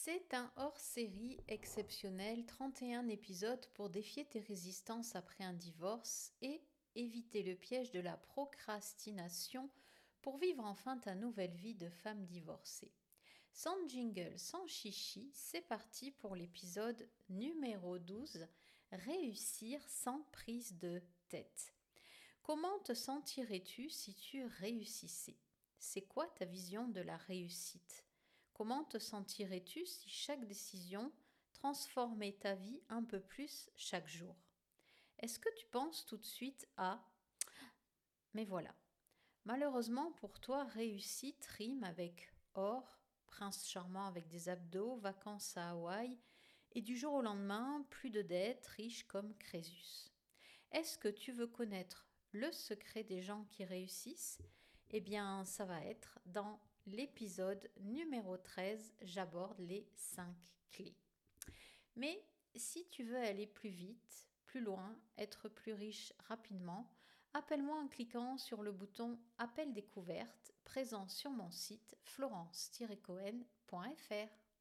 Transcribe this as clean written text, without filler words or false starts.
C'est un hors-série exceptionnel, 31 épisodes pour défier tes résistances après un divorce et éviter le piège de la procrastination pour vivre enfin ta nouvelle vie de femme divorcée. Sans jingle, sans chichi, c'est parti pour l'épisode numéro 12, réussir sans prise de tête. Comment te sentirais-tu si tu réussissais? C'est quoi ta vision de la réussite? Comment te sentirais-tu si chaque décision transformait ta vie un peu plus chaque jour? Est-ce que tu penses tout de suite à mais voilà. Malheureusement pour toi, réussite rime avec or, prince charmant avec des abdos, vacances à Hawaï, et du jour au lendemain, plus de dettes, riche comme Crésus. Est-ce que tu veux connaître le secret des gens qui réussissent? Eh bien, ça va être dans l'épisode numéro 13, j'aborde les 5 clés. Mais si tu veux aller plus vite, plus loin, être plus riche rapidement, appelle-moi en cliquant sur le bouton Appel découverte présent sur mon site florence-cohen.fr.